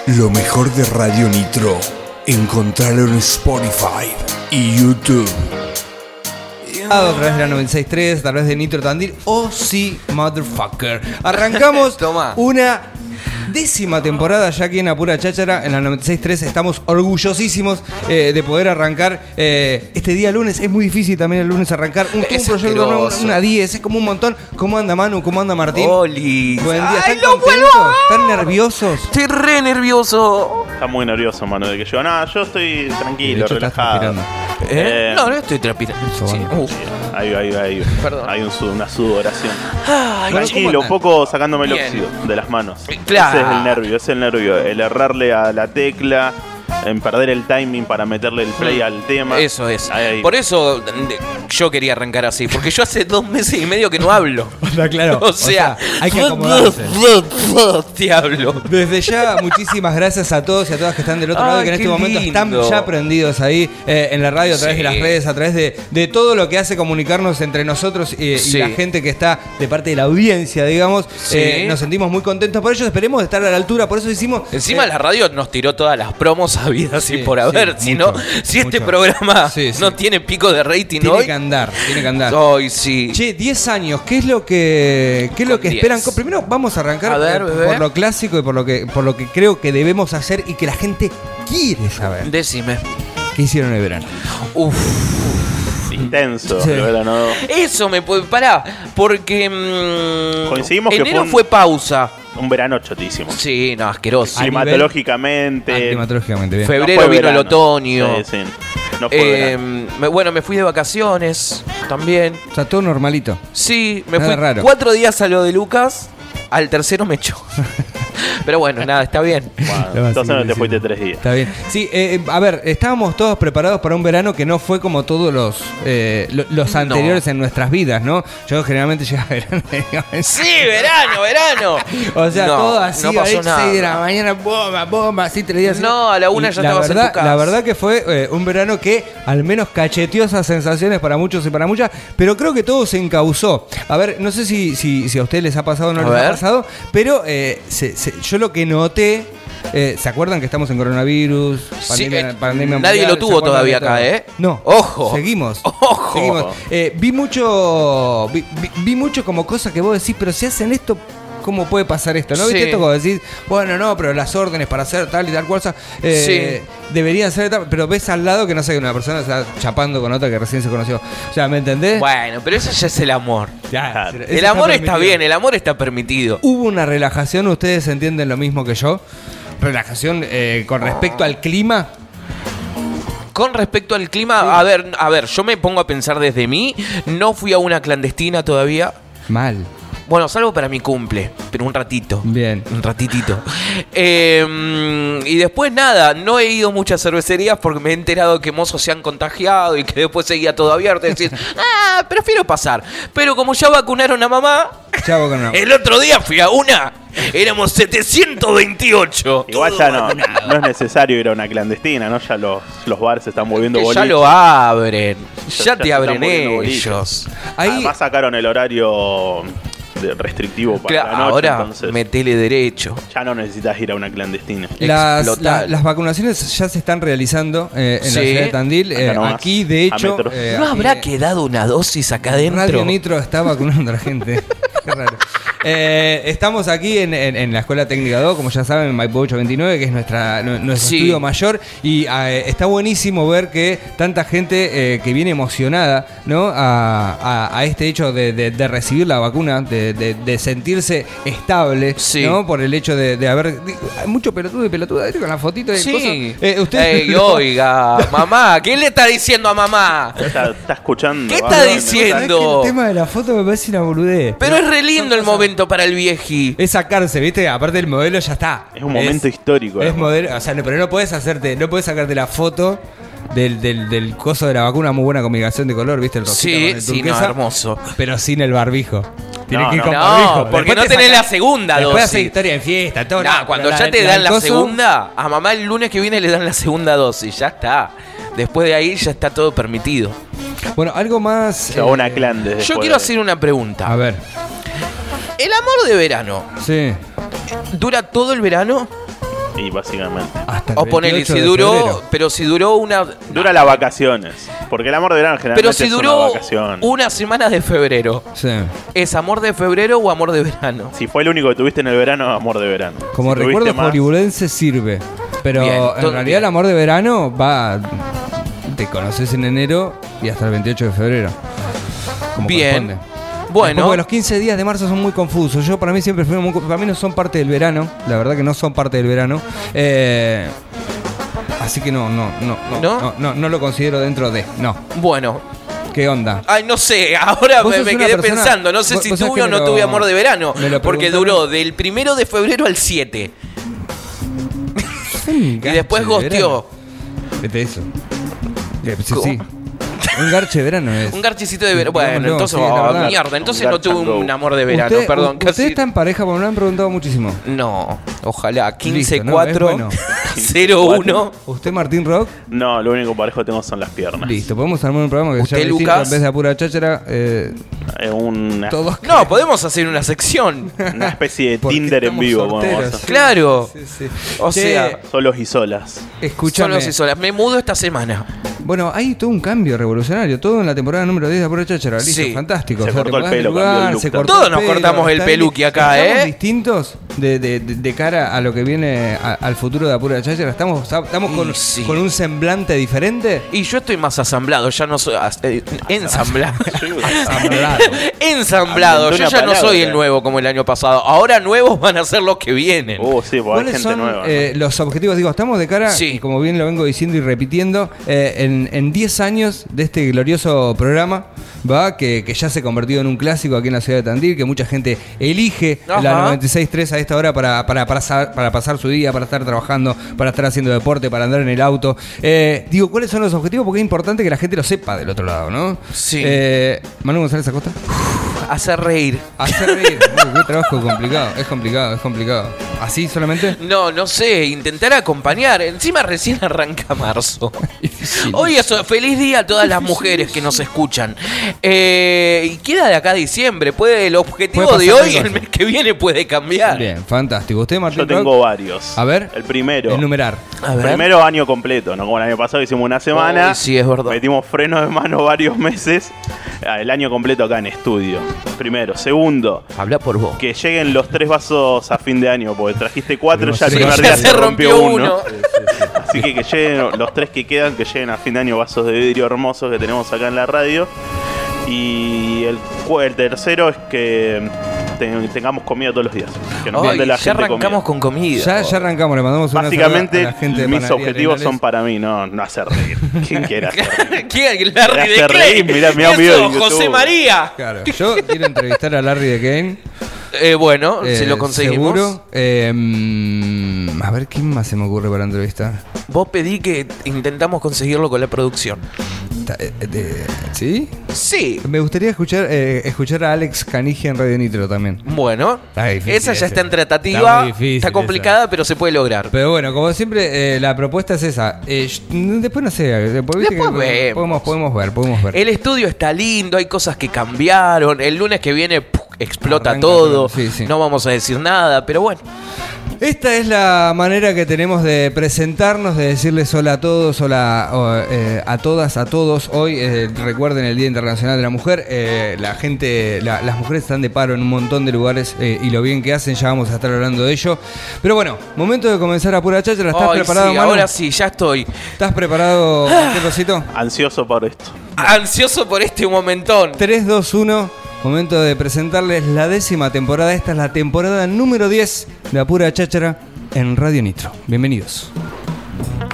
Lo mejor de Radio Nitro, encontrarlo en Spotify y YouTube. A través de la 96.3, a través de Nitro Tandil, o sí, motherfucker. Arrancamos una 10ª temporada ya aquí en Apura Cháchara, en la 96.3. Estamos orgullosísimos de poder arrancar este día lunes. Es muy difícil también el lunes arrancar un proyecto, una 10, es como un montón. ¿Cómo anda Manu? ¿Cómo anda Martín? Oli. Buen día. ¿Están contentos? ¿Están nerviosos? Estoy re nervioso. Está muy nervioso, Manu, de que yo. No, yo estoy tranquilo, relajado. No estoy transpirando. Sí. Ahí. Perdón. Hay una sudoración. Ay, tranquilo, un poco sacándome el óxido de las manos. Claro. Ese es el nervio. El errarle a la tecla, en perder el timing para meterle el play al tema. Eso es. Ahí. Por eso yo quería arrancar así, porque yo hace 2 meses y medio que no hablo. Claro. O sea, hay que acomodarse. Te hablo. Desde ya, muchísimas gracias a todos y a todas que están del otro lado, que en este momento están ya prendidos ahí en la radio, a través de las redes, a través de todo lo que hace comunicarnos entre nosotros y la gente que está de parte de la audiencia, digamos. Nos sentimos muy contentos por ello, esperemos estar a la altura, por eso hicimos... Encima la radio nos tiró todas las promos habidas y por haber, si este programa no tiene pico de rating tiene que andar. Hoy sí. Che, 10 años, ¿qué es lo que esperan? Primero vamos a arrancar por lo clásico y por lo que creo que debemos hacer y que la gente quiere saber. Decime. ¿Qué hicieron en el verano? Intenso, el verano. Eso me puede... Pará, porque... coincidimos que enero fue pausa. Un verano chotísimo. Sí, no, asqueroso. Climatológicamente, bien. Febrero vino el otoño. Sí. No fue verano. Me fui de vacaciones también. O sea, todo normalito. Sí, me nada fui raro. 4 días a lo de Lucas. Al tercero me echó. Pero bueno, nada, está bien. Bueno, entonces no te fuiste 3 días. Está bien. Sí, a ver, estábamos todos preparados para un verano que no fue como todos los anteriores en nuestras vidas, ¿no? Yo generalmente llegaba a verano. Sí, verano. O sea, todo así, no pasó a nada. 6 de la mañana, bomba, así 3 días. No, a la 1 ya estabas en tu casa. La verdad que fue un verano que al menos cacheteó esas sensaciones para muchos y para muchas, pero creo que todo se encauzó. A ver, no sé si a ustedes les ha pasado o no les ha pasado, pero yo lo que noté, ¿se acuerdan que estamos en coronavirus? Pandemia mundial, nadie lo tuvo todavía acá, ¿eh? No. Ojo. Seguimos. Ojo. Vi mucho como cosa que vos decís, pero si hacen esto, ¿cómo puede pasar esto? ¿No viste esto como decís? Bueno, no, pero las órdenes para hacer tal y tal cosa deberían ser tal, pero ves al lado que no sé, que una persona está chapando con otra que recién se conoció. O sea, ¿me entendés? Bueno, pero eso ya es el amor. Ya, el amor está bien, el amor está permitido. Hubo una relajación, ¿ustedes entienden lo mismo que yo? Relajación con respecto al clima. Con respecto al clima, a ver, yo me pongo a pensar desde mí, no fui a una clandestina todavía. Mal. Bueno, salvo para mi cumple, pero un ratito. Bien. Un ratitito. Y después nada, no he ido a muchas cervecerías porque me he enterado que mozos se han contagiado y que después seguía todo abierto y decís, prefiero pasar. Pero como ya vacunaron a mamá, el otro día fui a una, éramos 728. Igual ya no es necesario ir a una clandestina, ¿no? Ya los bares se están volviendo boliches. Ya lo abren, ya te abren ellos. Además sacaron el horario restrictivo para la noche, ahora entonces metele derecho. Ya no necesitas ir a una clandestina. Las vacunaciones ya se están realizando en la ciudad de Tandil. Aquí, de hecho... ¿No habrá quedado una dosis acá adentro? Radio Nitro está vacunando a la gente. Qué raro. Estamos aquí en la Escuela Técnica 2, como ya saben, en Maipú 829, que es nuestro estudio mayor. Y está buenísimo ver que tanta gente que viene emocionada, ¿no? a este hecho de recibir la vacuna, de sentirse estable, ¿no? Por el hecho de haber... Hay mucho pelotudo y pelotuda con la fotito de oiga, mamá, ¿qué le está diciendo a mamá? Está escuchando. ¿Qué está diciendo? El tema de la foto me parece una boludez. Pero es re lindo el momento para el vieji. Es sacarse, ¿viste? Aparte del modelo ya está. Es un momento histórico. Es modelo, o sea, pero no puedes sacarte la foto del coso de la vacuna, muy buena combinación de color, ¿viste? El rosita con el turquesa, hermoso. Pero sin el barbijo. Tiene que ir con barbijo. Porque no tenés la segunda dosis. Después hace historia en fiesta, todo. Cuando ya te dan la segunda, a mamá el lunes que viene le dan la segunda dosis, ya está. Después de ahí ya está todo permitido. Bueno, algo más... una clan yo quiero hacer una pregunta. A ver. ¿El amor de verano dura todo el verano? Y básicamente. Hasta el O ponele, 28 si de duró, febrero. pero si duró una... Dura las vacaciones. Porque el amor de verano generalmente Pero si es una duró vacación. una semana de febrero, Sí. ¿es amor de febrero o amor de verano? Si fue el único que tuviste en el verano, amor de verano. Como Si tuviste recuerdo más, hollywoodense sirve. Pero Bien, en todo realidad bien. el amor de verano va. Te conoces en enero y hasta el 28 de febrero. Como Bien. corresponde. Bueno, Porque los 15 días de marzo son muy confusos. Yo para mí siempre para mí no son parte del verano. La verdad que no son parte del verano. Así que no lo considero dentro de. No. bueno. ¿Qué onda? Ay, no sé, ahora Vos me sos una quedé persona- pensando. No sé vos si sabés tuve que o no tuve amor de verano. me lo Porque preguntaron. duró del 1 de febrero al 7. Y después gosteó. Vete eso. Sí, ¿Cómo? sí. Un garche de verano es. Un garchecito de verano. Bueno, Digámoslo, entonces, sí, la verdad. mierda. Entonces Un no tuve garcha un amor de verano, perdón. Usted Casi... está en pareja, porque me lo han preguntado muchísimo. No, ojalá. Listo, 15-4, ¿no? Es bueno. 0-1. ¿Usted, Martín Rock? No, lo único parejo que tengo son las piernas. Listo, podemos armar un programa que ¿Usted, se llame distinto, Lucas? en vez de a pura cháchara. Una Todos. No, podemos hacer una sección. especie de Porque Tinder en estamos vivo. solteros. Vamos a hacer. Claro. Sí, sí. O Che, sea, Solos y solas. escúchame. solos y solas. Me mudo esta semana. Bueno, hay todo un cambio revolucionario. Todo en la temporada número 10 de Pura Cháchara. Listo, Sí. fantástico. Se O sea, cortó te el mudás de pelo, lugar, cambió el look se también. cortó Todos nos cortamos el está peluqui bien. acá, ¿Estamos ¿eh? distintos de cara a lo que viene al futuro de Pura Cháchara? ¿Estamos Y sí. con un semblante diferente? Y yo estoy más asamblado, ya no soy... ensamblado. Asamblado. Ensamblado. Inventó Yo una ya no soy palabra. el nuevo como el año pasado. Ahora nuevos van a ser los que vienen. Sí, porque hay ¿Cuáles gente son nueva. ¿no? los objetivos? Digo, estamos de cara, Sí. y como bien lo vengo diciendo y repitiendo, en 10 años de este glorioso programa, ¿va? Que ya se ha convertido en un clásico aquí en la ciudad de Tandil, que mucha gente elige Ajá. la 96.3 a esta hora para pasar su día, para estar trabajando, para estar haciendo deporte, para andar en el auto. Digo, ¿cuáles son los objetivos? Porque es importante que la gente lo sepa del otro lado, ¿no? Sí. Manu González Acosta. Hacer reír. Hacer reír. Qué trabajo complicado. Es complicado. ¿Así solamente? No sé, intentar acompañar. Encima recién arranca marzo. Hoy eso, feliz día a todas las mujeres que nos escuchan. Y queda de acá a diciembre. El objetivo Puede de pasar hoy, algo. el mes que viene, puede cambiar. Bien, fantástico. ¿Usted, Martín Yo tengo Rock? varios. A ver. El primero. Enumerar. A ver. Primero año completo, no como el año pasado hicimos una semana. Uy, sí, es verdad. Metimos freno de mano varios meses. El año completo acá en estudio. Primero. Segundo, Habla por vos. que lleguen los 3 vasos a fin de año, porque trajiste 4, ya el Sí, primer ya día se rompió uno. Así que lleguen los 3 que quedan, que lleguen a fin de año vasos de vidrio hermosos que tenemos acá en la radio. Y el tercero es que tengamos comida todos los días. Que nos Ay, mande la ya gente arrancamos comida. con comida. Ya arrancamos, le mandamos una Básicamente, saludo a la gente de mis Panadería objetivos Arenales. son para mí, no hacer reír. ¿Quién quiere hacer reír? ¿Quién? Larry Me de hace reír, Kane. mirá, mirá un video de Eso, YouTube. José María. Claro, yo quiero entrevistar a Larry de Kane. Bueno, se lo conseguimos. Seguro. A ver, ¿quién más se me ocurre para entrevistar? Vos pedí que intentamos conseguirlo con la producción. ¿Sí? Sí. Me gustaría escuchar a Alex Canigia en Radio Nitro también. Bueno, Está difícil esa ya ese. está en Está tratativa. muy difícil Está complicada, pero se puede lograr. Pero bueno, como siempre, la propuesta es esa. Después no sé, después, viste Después que vemos. podemos ver. El estudio está lindo, hay cosas que cambiaron. El lunes que viene explota Arranca todo. todo, sí. No vamos a decir nada, pero bueno. Esta es la manera que tenemos de presentarnos, de decirles hola a todos, hola a todas, a todos. Hoy recuerden el Día Internacional de la Mujer. Las mujeres están de paro en un montón de lugares y lo bien que hacen, ya vamos a estar hablando de ello. Pero bueno, momento de comenzar a Pura Cháchara. ¿Estás Ay, preparado, sí, Manu? ahora sí, ya estoy ¿Estás preparado, Martín Rosito? Ansioso por esto. ansioso por este momentón. 3, 2, 1. Momento de presentarles la 10ª temporada. Esta es la temporada número 10 de Pura Cháchara en Radio Nitro. Bienvenidos.